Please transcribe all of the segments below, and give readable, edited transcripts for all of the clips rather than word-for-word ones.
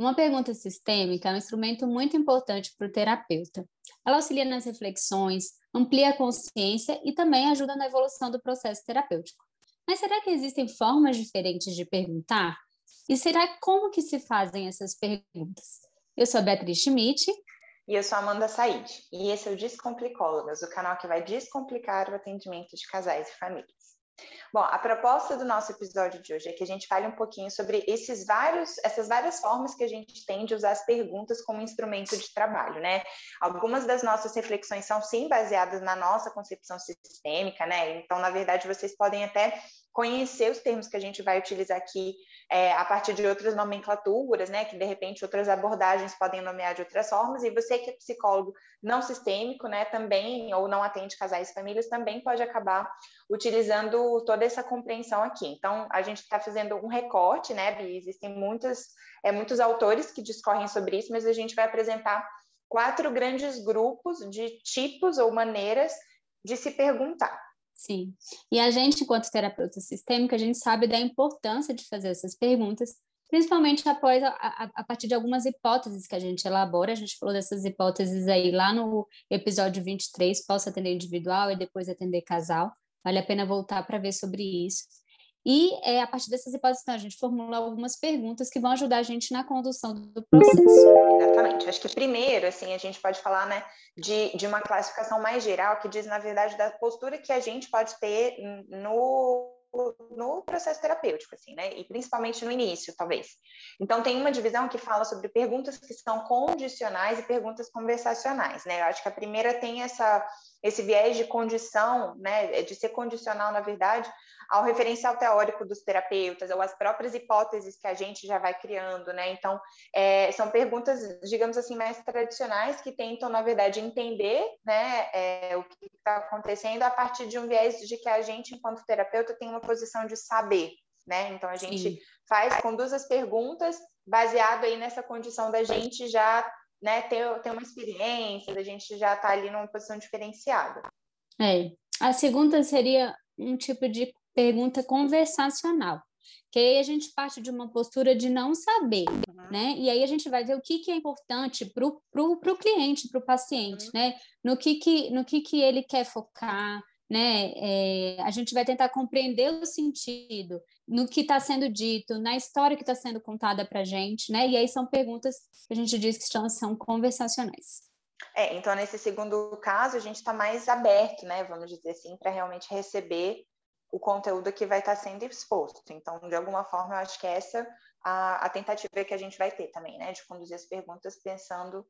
Uma pergunta sistêmica é um instrumento muito importante para o terapeuta. Ela auxilia nas reflexões, amplia a consciência e também ajuda na evolução do processo terapêutico. Mas será que existem formas diferentes de perguntar? E será como que se fazem essas perguntas? Eu sou a Beatriz Schmidt. E eu sou a Amanda Said. E esse é o Descomplicólogas, o canal que vai descomplicar o atendimento de casais e famílias. Bom, a proposta do nosso episódio de hoje é que a gente fale um pouquinho sobre essas várias formas que a gente tem de usar as perguntas como instrumento de trabalho, né? Algumas das nossas reflexões são, sim, baseadas na nossa concepção sistêmica, né? Então, na verdade, vocês podem até conhecer os termos que a gente vai utilizar aqui a partir de outras nomenclaturas, né? Que, de repente, outras abordagens podem nomear de outras formas. E você que é psicólogo não sistêmico, né? Também, ou não atende casais e famílias, também pode acabar utilizando toda essa compreensão aqui. Então, a gente está fazendo um recorte, né, Bi? Existem muitos autores que discorrem sobre isso, mas a gente vai apresentar 4 grandes grupos de tipos ou maneiras de se perguntar. Sim, e a gente, enquanto terapeuta sistêmica, a gente sabe da importância de fazer essas perguntas, principalmente após a partir de algumas hipóteses que a gente elabora. A gente falou dessas hipóteses aí lá no episódio 23, posso atender individual e depois atender casal. Vale a pena voltar para ver sobre isso. E a partir dessas hipóteses, então, a gente formula algumas perguntas que vão ajudar a gente na condução do processo. Exatamente. Acho que primeiro, assim, a gente pode falar, né, de uma classificação mais geral que diz, na verdade, da postura que a gente pode ter no processo terapêutico, assim, né, e principalmente no início, talvez. Então, tem uma divisão que fala sobre perguntas que são condicionais e perguntas conversacionais, né. Eu acho que a primeira tem esse viés de condição, né, de ser condicional, na verdade, ao referencial teórico dos terapeutas, ou às próprias hipóteses que a gente já vai criando, né? Então, são perguntas, digamos assim, mais tradicionais, que tentam, na verdade, entender, né, o que está acontecendo a partir de um viés de que a gente, enquanto terapeuta, tem uma posição de saber, né? Então, a gente conduz as perguntas baseado aí nessa condição da gente já, né, ter uma experiência, da gente já estar ali numa posição diferenciada. A segunda seria um tipo de pergunta conversacional, que aí a gente parte de uma postura de não saber, né? E aí a gente vai ver o que é importante para o cliente, para o paciente, né? No que ele quer focar, né? A gente vai tentar compreender o sentido no que está sendo dito, na história que está sendo contada para a gente, né? E aí são perguntas que a gente diz que são conversacionais. Então, nesse segundo caso, a gente está mais aberto, né? Vamos dizer assim, para realmente receber o conteúdo que vai estar sendo exposto. Então, de alguma forma, eu acho que essa a tentativa que a gente vai ter também, né? De conduzir as perguntas pensando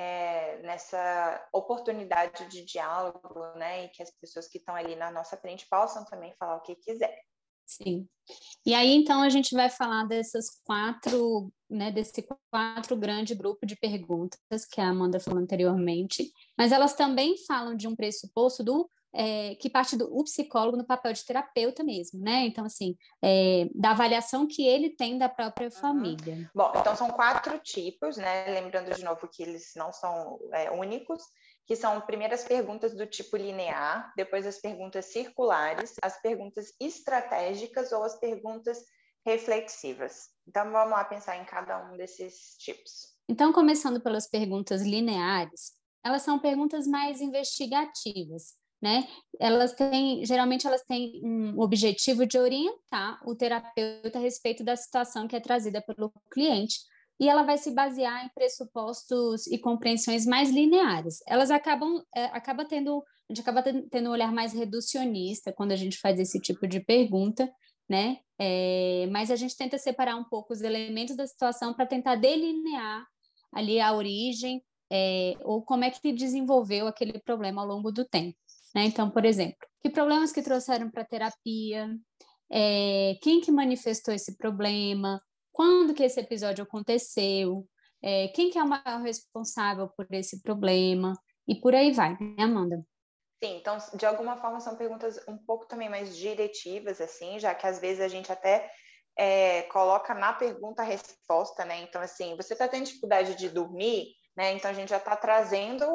nessa oportunidade de diálogo, né? E que as pessoas que estão ali na nossa frente possam também falar o que quiser. Sim. E aí, então, a gente vai falar dessas 4, né, desse 4 grande grupo de perguntas que a Amanda falou anteriormente, mas elas também falam de um pressuposto que parte do psicólogo no papel de terapeuta mesmo, né? Então, assim, da avaliação que ele tem da própria família. Bom, então são 4 tipos, né? Lembrando de novo que eles não são únicos, que são primeiro as perguntas do tipo linear, depois as perguntas circulares, as perguntas estratégicas ou as perguntas reflexivas. Então, vamos lá pensar em cada um desses tipos. Então, começando pelas perguntas lineares, elas são perguntas mais investigativas, né? Geralmente elas têm um objetivo de orientar o terapeuta a respeito da situação que é trazida pelo cliente, e ela vai se basear em pressupostos e compreensões mais lineares. Elas a gente acaba tendo um olhar mais reducionista quando a gente faz esse tipo de pergunta, né? Mas a gente tenta separar um pouco os elementos da situação para tentar delinear ali a origem, ou como é que desenvolveu aquele problema ao longo do tempo, né? Então, por exemplo, que problemas que trouxeram para a terapia, quem que manifestou esse problema, quando que esse episódio aconteceu, quem que é o maior responsável por esse problema, e por aí vai, né, Amanda? Sim, então, de alguma forma, são perguntas um pouco também mais diretivas, assim, já que às vezes a gente até coloca na pergunta a resposta, né? Então, assim, você está tendo dificuldade de dormir, né? Então, a gente já está trazendo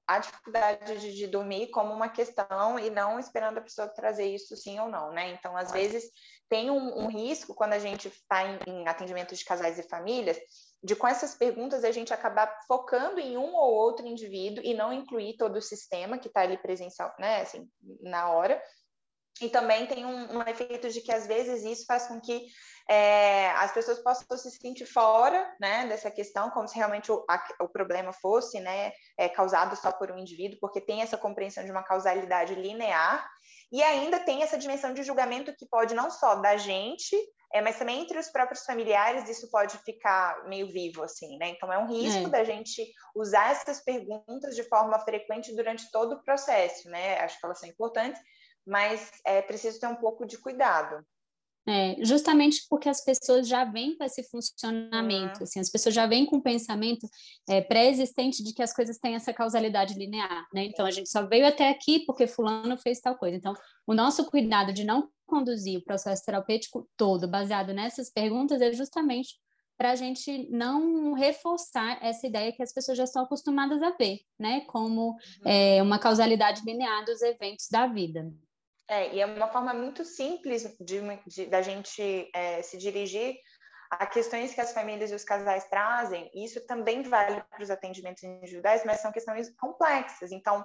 a dificuldade de dormir como uma questão e não esperando a pessoa trazer isso sim ou não, né? Então, às vezes, tem um risco quando a gente está em atendimento de casais e famílias, de com essas perguntas a gente acabar focando em um ou outro indivíduo e não incluir todo o sistema que está ali presencial, né? Assim, na hora. E também tem um efeito de que, às vezes, isso faz com que as pessoas possam se sentir fora, né, dessa questão, como se realmente o problema fosse, né, causado só por um indivíduo, porque tem essa compreensão de uma causalidade linear, e ainda tem essa dimensão de julgamento que pode não só da gente, mas também entre os próprios familiares, isso pode ficar meio vivo, assim, né? Então, é um risco da gente usar essas perguntas de forma frequente durante todo o processo, né? Acho que elas são importantes, mas é preciso ter um pouco de cuidado. Justamente porque as pessoas já vêm com esse funcionamento, assim, as pessoas já vêm com o pensamento pré-existente de que as coisas têm essa causalidade linear, né? Então, a gente só veio até aqui porque fulano fez tal coisa. Então, o nosso cuidado de não conduzir o processo terapêutico todo baseado nessas perguntas é justamente para a gente não reforçar essa ideia que as pessoas já estão acostumadas a ver, né? Como uma causalidade linear dos eventos da vida. E é uma forma muito simples da gente se dirigir a questões que as famílias e os casais trazem, e isso também vale para os atendimentos individuais, mas são questões complexas. Então,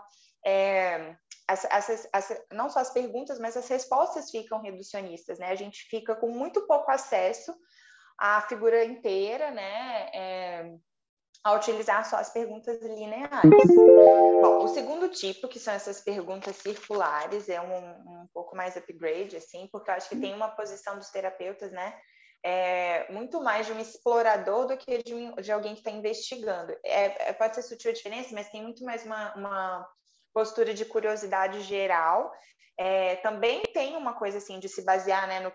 não só as perguntas, mas as respostas ficam reducionistas, né? A gente fica com muito pouco acesso à figura inteira, né? A utilizar só as perguntas lineares. Bom, o segundo tipo, que são essas perguntas circulares, é um pouco mais upgrade, assim, porque eu acho que tem uma posição dos terapeutas, né? Muito mais de um explorador do que de alguém que está investigando. Pode ser sutil a diferença, mas tem muito mais uma postura de curiosidade geral. Também tem uma coisa assim de se basear, né,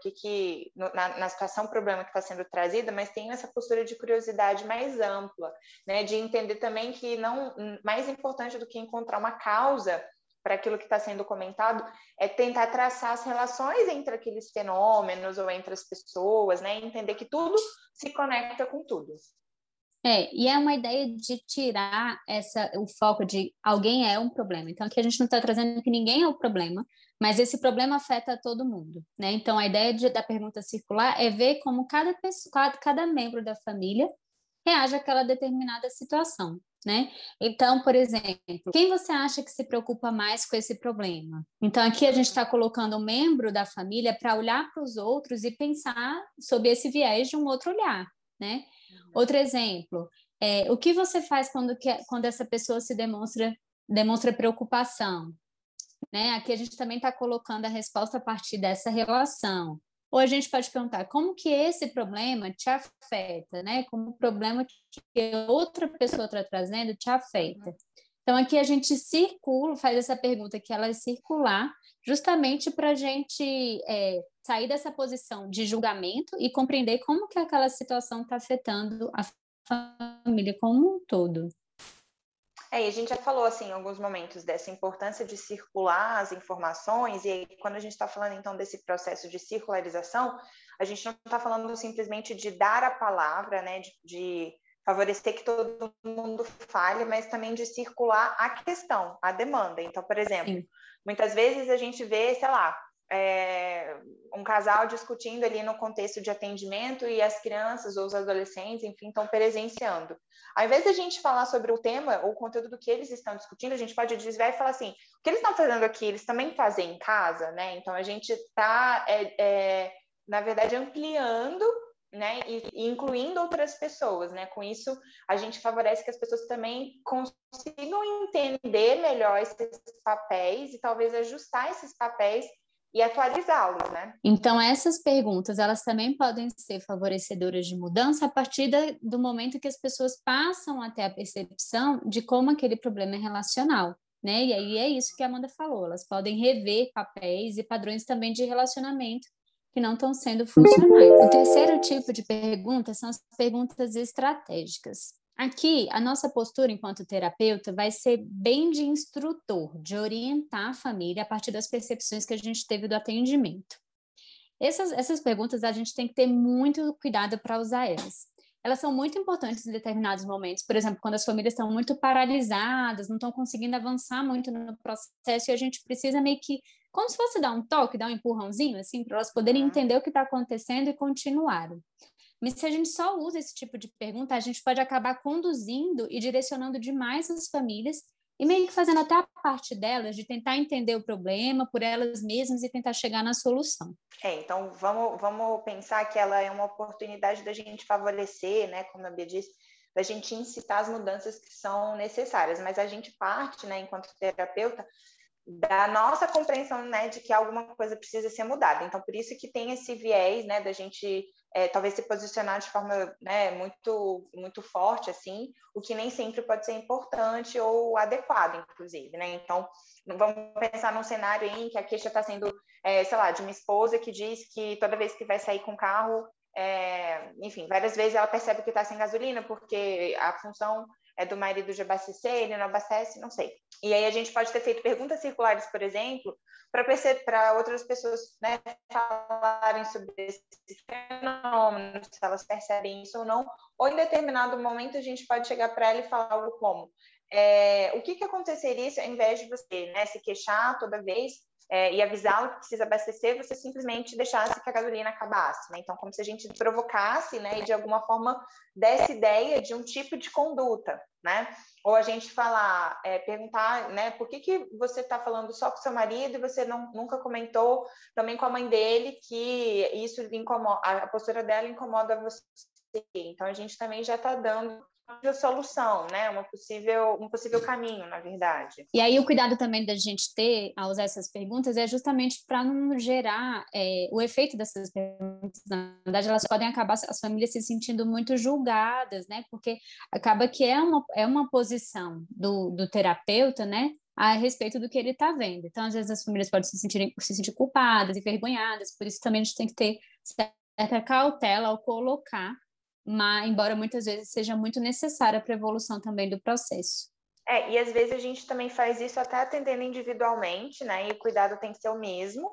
na situação, problema que está sendo trazida, mas tem essa postura de curiosidade mais ampla, né, de entender também que não mais importante do que encontrar uma causa para aquilo que está sendo comentado é tentar traçar as relações entre aqueles fenômenos ou entre as pessoas, né, e entender que tudo se conecta com tudo. E é uma ideia de tirar o foco de alguém é um problema. Então, aqui a gente não está trazendo que ninguém é o problema, mas esse problema afeta todo mundo, né? Então, a ideia da pergunta circular é ver como cada pessoa, cada membro da família reage àquela determinada situação, né? Então, por exemplo, quem você acha que se preocupa mais com esse problema? Então, aqui a gente está colocando um membro da família para olhar para os outros e pensar sob esse viés de um outro olhar, né? Outro exemplo, o que você faz quando essa pessoa se demonstra preocupação? Né? Aqui a gente também está colocando a resposta a partir dessa relação. Ou a gente pode perguntar como que esse problema te afeta, né? Como o problema que outra pessoa está trazendo te afeta. Então, aqui a gente faz essa pergunta que ela é circular, justamente para a gente sair dessa posição de julgamento e compreender como que aquela situação está afetando a família como um todo. E a gente já falou, assim, em alguns momentos dessa importância de circular as informações, e aí, quando a gente está falando, então, desse processo de circularização, a gente não está falando simplesmente de dar a palavra, né, de favorecer que todo mundo fale, mas também de circular a questão, a demanda. Então, por exemplo, muitas vezes a gente vê, sei lá, um casal discutindo ali no contexto de atendimento e as crianças ou os adolescentes, enfim, estão presenciando. Ao invés de a gente falar sobre o tema ou o conteúdo do que eles estão discutindo, a gente pode desviar e falar assim, o que eles estão fazendo aqui, eles também fazem em casa, né? Então, a gente está, na verdade, ampliando, né, e incluindo outras pessoas, né? Com isso, a gente favorece que as pessoas também consigam entender melhor esses papéis e talvez ajustar esses papéis e atualizá-los, né? Então, essas perguntas, elas também podem ser favorecedoras de mudança a partir do momento que as pessoas passam a ter a percepção de como aquele problema é relacional, né? E aí é isso que a Amanda falou, elas podem rever papéis e padrões também de relacionamento que não estão sendo funcionais. O terceiro tipo de pergunta são as perguntas estratégicas. Aqui, a nossa postura enquanto terapeuta vai ser bem de instrutor, de orientar a família a partir das percepções que a gente teve do atendimento. Essas perguntas a gente tem que ter muito cuidado para usar elas, elas são muito importantes em determinados momentos. Por exemplo, quando as famílias estão muito paralisadas, não estão conseguindo avançar muito no processo, e a gente precisa meio que, como se fosse dar um toque, dar um empurrãozinho, assim, para elas poderem entender o que está acontecendo e continuarem. Mas se a gente só usa esse tipo de pergunta, a gente pode acabar conduzindo e direcionando demais as famílias e meio que fazendo até a parte delas de tentar entender o problema por elas mesmas e tentar chegar na solução. Então vamos pensar que ela é uma oportunidade da gente favorecer, né, como a Bia disse, da gente incitar as mudanças que são necessárias, mas a gente parte, né, enquanto terapeuta, da nossa compreensão, né, de que alguma coisa precisa ser mudada. Então, por isso que tem esse viés, né, da gente talvez se posicionar de forma, né, muito, muito forte, assim, o que nem sempre pode ser importante ou adequado, inclusive, né? Então, vamos pensar num cenário em que a queixa está sendo, sei lá, de uma esposa que diz que toda vez que vai sair com o carro, enfim, várias vezes ela percebe que está sem gasolina porque a função é do marido de abastecer, ele não abastece, não sei. E aí a gente pode ter feito perguntas circulares, por exemplo, para outras pessoas, né, falarem sobre esse fenômeno, se elas percebem isso ou não, ou em determinado momento a gente pode chegar para ela e falar algo como o que aconteceria se ao invés de você, né, se queixar toda vez e avisá-lo que precisa abastecer, você simplesmente deixasse que a gasolina acabasse, né? Então, como se a gente provocasse, né, e de alguma forma desse ideia de um tipo de conduta, né? Ou a gente falar, perguntar, né, por que você está falando só com seu marido e você nunca comentou também com a mãe dele que isso incomoda, a postura dela incomoda você. Então, a gente também já está dando uma solução, né? Um possível caminho, na verdade. E aí o cuidado também da gente ter ao usar essas perguntas é justamente para não gerar o efeito dessas perguntas. Na verdade, elas podem acabar as famílias se sentindo muito julgadas, né? Porque acaba que é uma posição do terapeuta, né? A respeito do que ele está vendo. Então, às vezes, as famílias podem se sentir culpadas, envergonhadas, por isso também a gente tem que ter certa cautela ao colocar, mas, embora muitas vezes seja muito necessária para a evolução também do processo. E às vezes a gente também faz isso até atendendo individualmente, né? E o cuidado tem que ser o mesmo.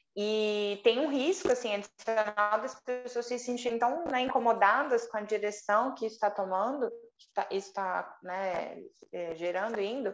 E tem um risco, assim, adicional das pessoas se sentirem tão, né, incomodadas com a direção que isso está tomando, que isso está, né, gerando, indo,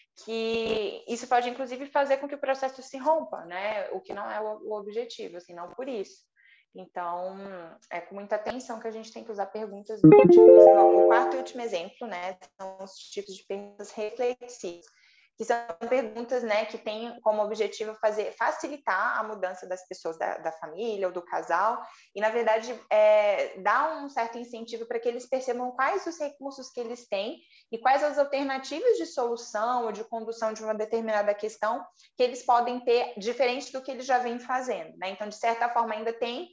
que isso pode, inclusive, fazer com que o processo se rompa, né? O que não é o objetivo, assim, não por isso. Então, é com muita atenção que a gente tem que usar perguntas múltiplas. O quarto e último exemplo, né, são os tipos de perguntas reflexivas, que são perguntas, né, que têm como objetivo facilitar a mudança das pessoas da família ou do casal e, na verdade, dar um certo incentivo para que eles percebam quais os recursos que eles têm e quais as alternativas de solução ou de condução de uma determinada questão que eles podem ter, diferente do que eles já vêm fazendo, né? Então, de certa forma, ainda tem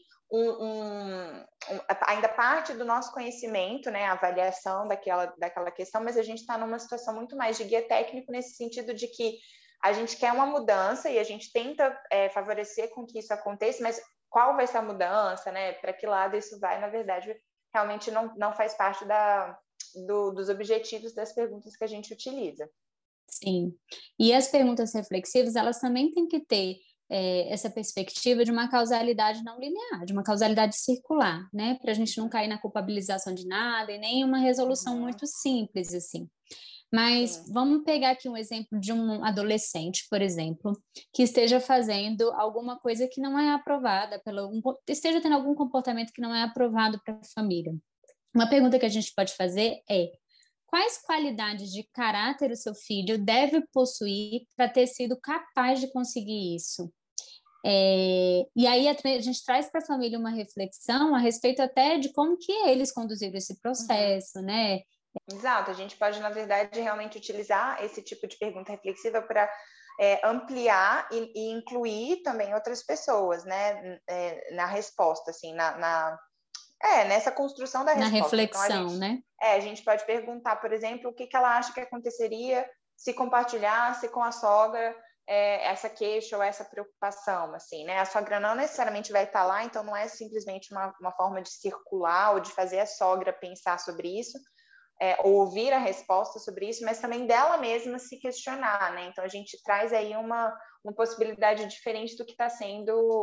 ainda parte do nosso conhecimento, né, a avaliação daquela questão, mas a gente está numa situação muito mais de guia técnico nesse sentido de que a gente quer uma mudança e a gente tenta favorecer com que isso aconteça, mas qual vai ser a mudança, né? Para que lado isso vai? Na verdade, realmente não faz parte dos objetivos das perguntas que a gente utiliza. Sim. E as perguntas reflexivas, elas também têm que ter essa perspectiva de uma causalidade não linear, de uma causalidade circular, né? Para a gente não cair na culpabilização de nada e nem uma resolução muito simples, assim. Mas vamos pegar aqui um exemplo de um adolescente, por exemplo, que esteja fazendo alguma coisa que não é aprovada, esteja tendo algum comportamento que não é aprovado para a família. Uma pergunta que a gente pode fazer é: quais qualidades de caráter o seu filho deve possuir para ter sido capaz de conseguir isso? E aí a gente traz para a família uma reflexão a respeito até de como que eles conduziram esse processo, né? Exato, a gente pode, na verdade, realmente utilizar esse tipo de pergunta reflexiva para ampliar e incluir também outras pessoas, né, na resposta, assim, nessa construção da resposta. Na reflexão, então, né? A gente pode perguntar, por exemplo, o que ela acha que aconteceria se compartilhasse com a sogra essa queixa ou essa preocupação, assim, né? A sogra não necessariamente vai estar lá, então não é simplesmente uma forma de circular ou de fazer a sogra pensar sobre isso, ouvir a resposta sobre isso, mas também dela mesma se questionar, né? Então a gente traz aí uma possibilidade diferente do que está sendo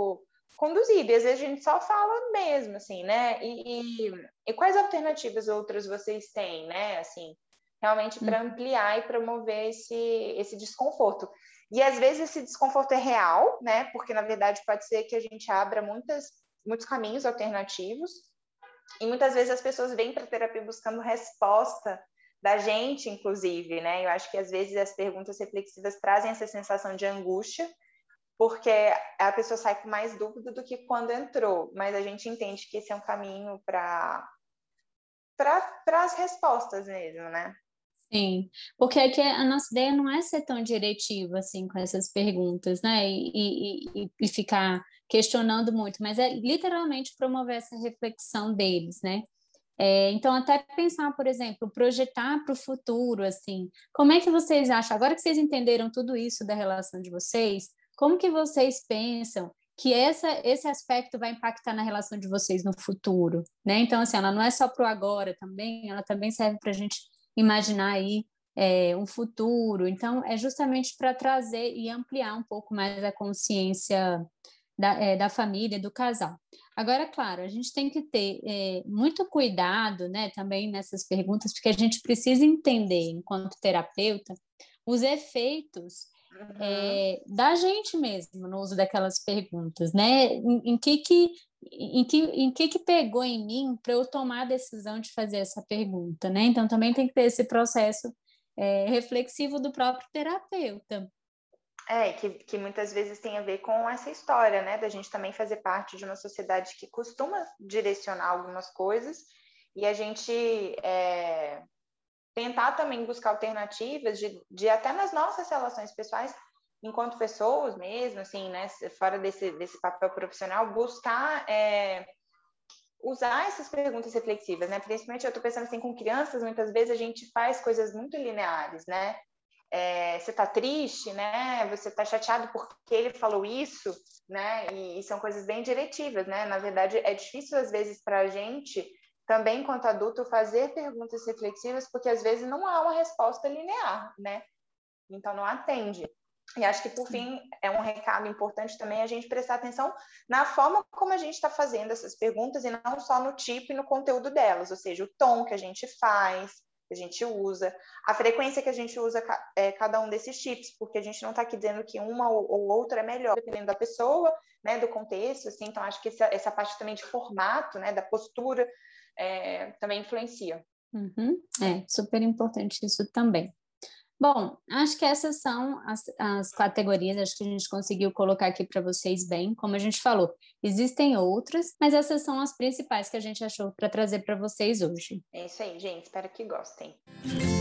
conduzido, e às vezes a gente só fala mesmo, assim, né? E quais alternativas outras vocês têm, né? Assim, realmente para ampliar e promover esse desconforto. E às vezes esse desconforto é real, né? Porque na verdade pode ser que a gente abra muitos caminhos alternativos, e muitas vezes as pessoas vêm para a terapia buscando resposta da gente, inclusive, né? Eu acho que às vezes as perguntas reflexivas trazem essa sensação de angústia, porque a pessoa sai com mais dúvida do que quando entrou, mas a gente entende que esse é um caminho para as respostas mesmo, né? Sim, porque aqui a nossa ideia não é ser tão diretiva assim com essas perguntas, né? E ficar questionando muito, mas é literalmente promover essa reflexão deles, né? Então, até pensar, por exemplo, projetar para o futuro, assim, como é que vocês acham, agora que vocês entenderam tudo isso da relação de vocês, como que vocês pensam que esse aspecto vai impactar na relação de vocês no futuro, né? Então, assim, ela não é só para o agora também, ela também serve para a gente imaginar aí um futuro. Então, é justamente para trazer e ampliar um pouco mais a consciência da família, do casal. Agora, claro, a gente tem que ter muito cuidado, né, também nessas perguntas, porque a gente precisa entender, enquanto terapeuta, os efeitos da gente mesmo no uso daquelas perguntas, né? Em que pegou em mim para eu tomar a decisão de fazer essa pergunta, né? Então, também tem que ter esse processo reflexivo do próprio terapeuta. Que muitas vezes tem a ver com essa história, né? Da gente também fazer parte de uma sociedade que costuma direcionar algumas coisas, e a gente tentar também buscar alternativas de até nas nossas relações pessoais, enquanto pessoas mesmo, assim, né? Fora desse papel profissional, buscar usar essas perguntas reflexivas, né? Principalmente eu estou pensando assim, com crianças, muitas vezes a gente faz coisas muito lineares, né? Você está triste, né? Você está chateado porque ele falou isso, né? E são coisas bem diretivas, né? Na verdade, é difícil às vezes para a gente, também enquanto adulto, fazer perguntas reflexivas, porque às vezes não há uma resposta linear, né? Então não atende. E acho que, por fim, é um recado importante também a gente prestar atenção na forma como a gente está fazendo essas perguntas e não só no tipo e no conteúdo delas, ou seja, o tom que a gente faz, que a gente usa, a frequência que a gente usa cada um desses tipos, porque a gente não está aqui dizendo que uma ou outra é melhor, dependendo da pessoa, né, do contexto, assim, então acho que essa parte também de formato, né, da postura, também influencia. Super importante isso também. Bom, acho que essas são as categorias, acho que a gente conseguiu colocar aqui para vocês bem. Como a gente falou, existem outras, mas essas são as principais que a gente achou para trazer para vocês hoje. É isso aí, gente. Espero que gostem.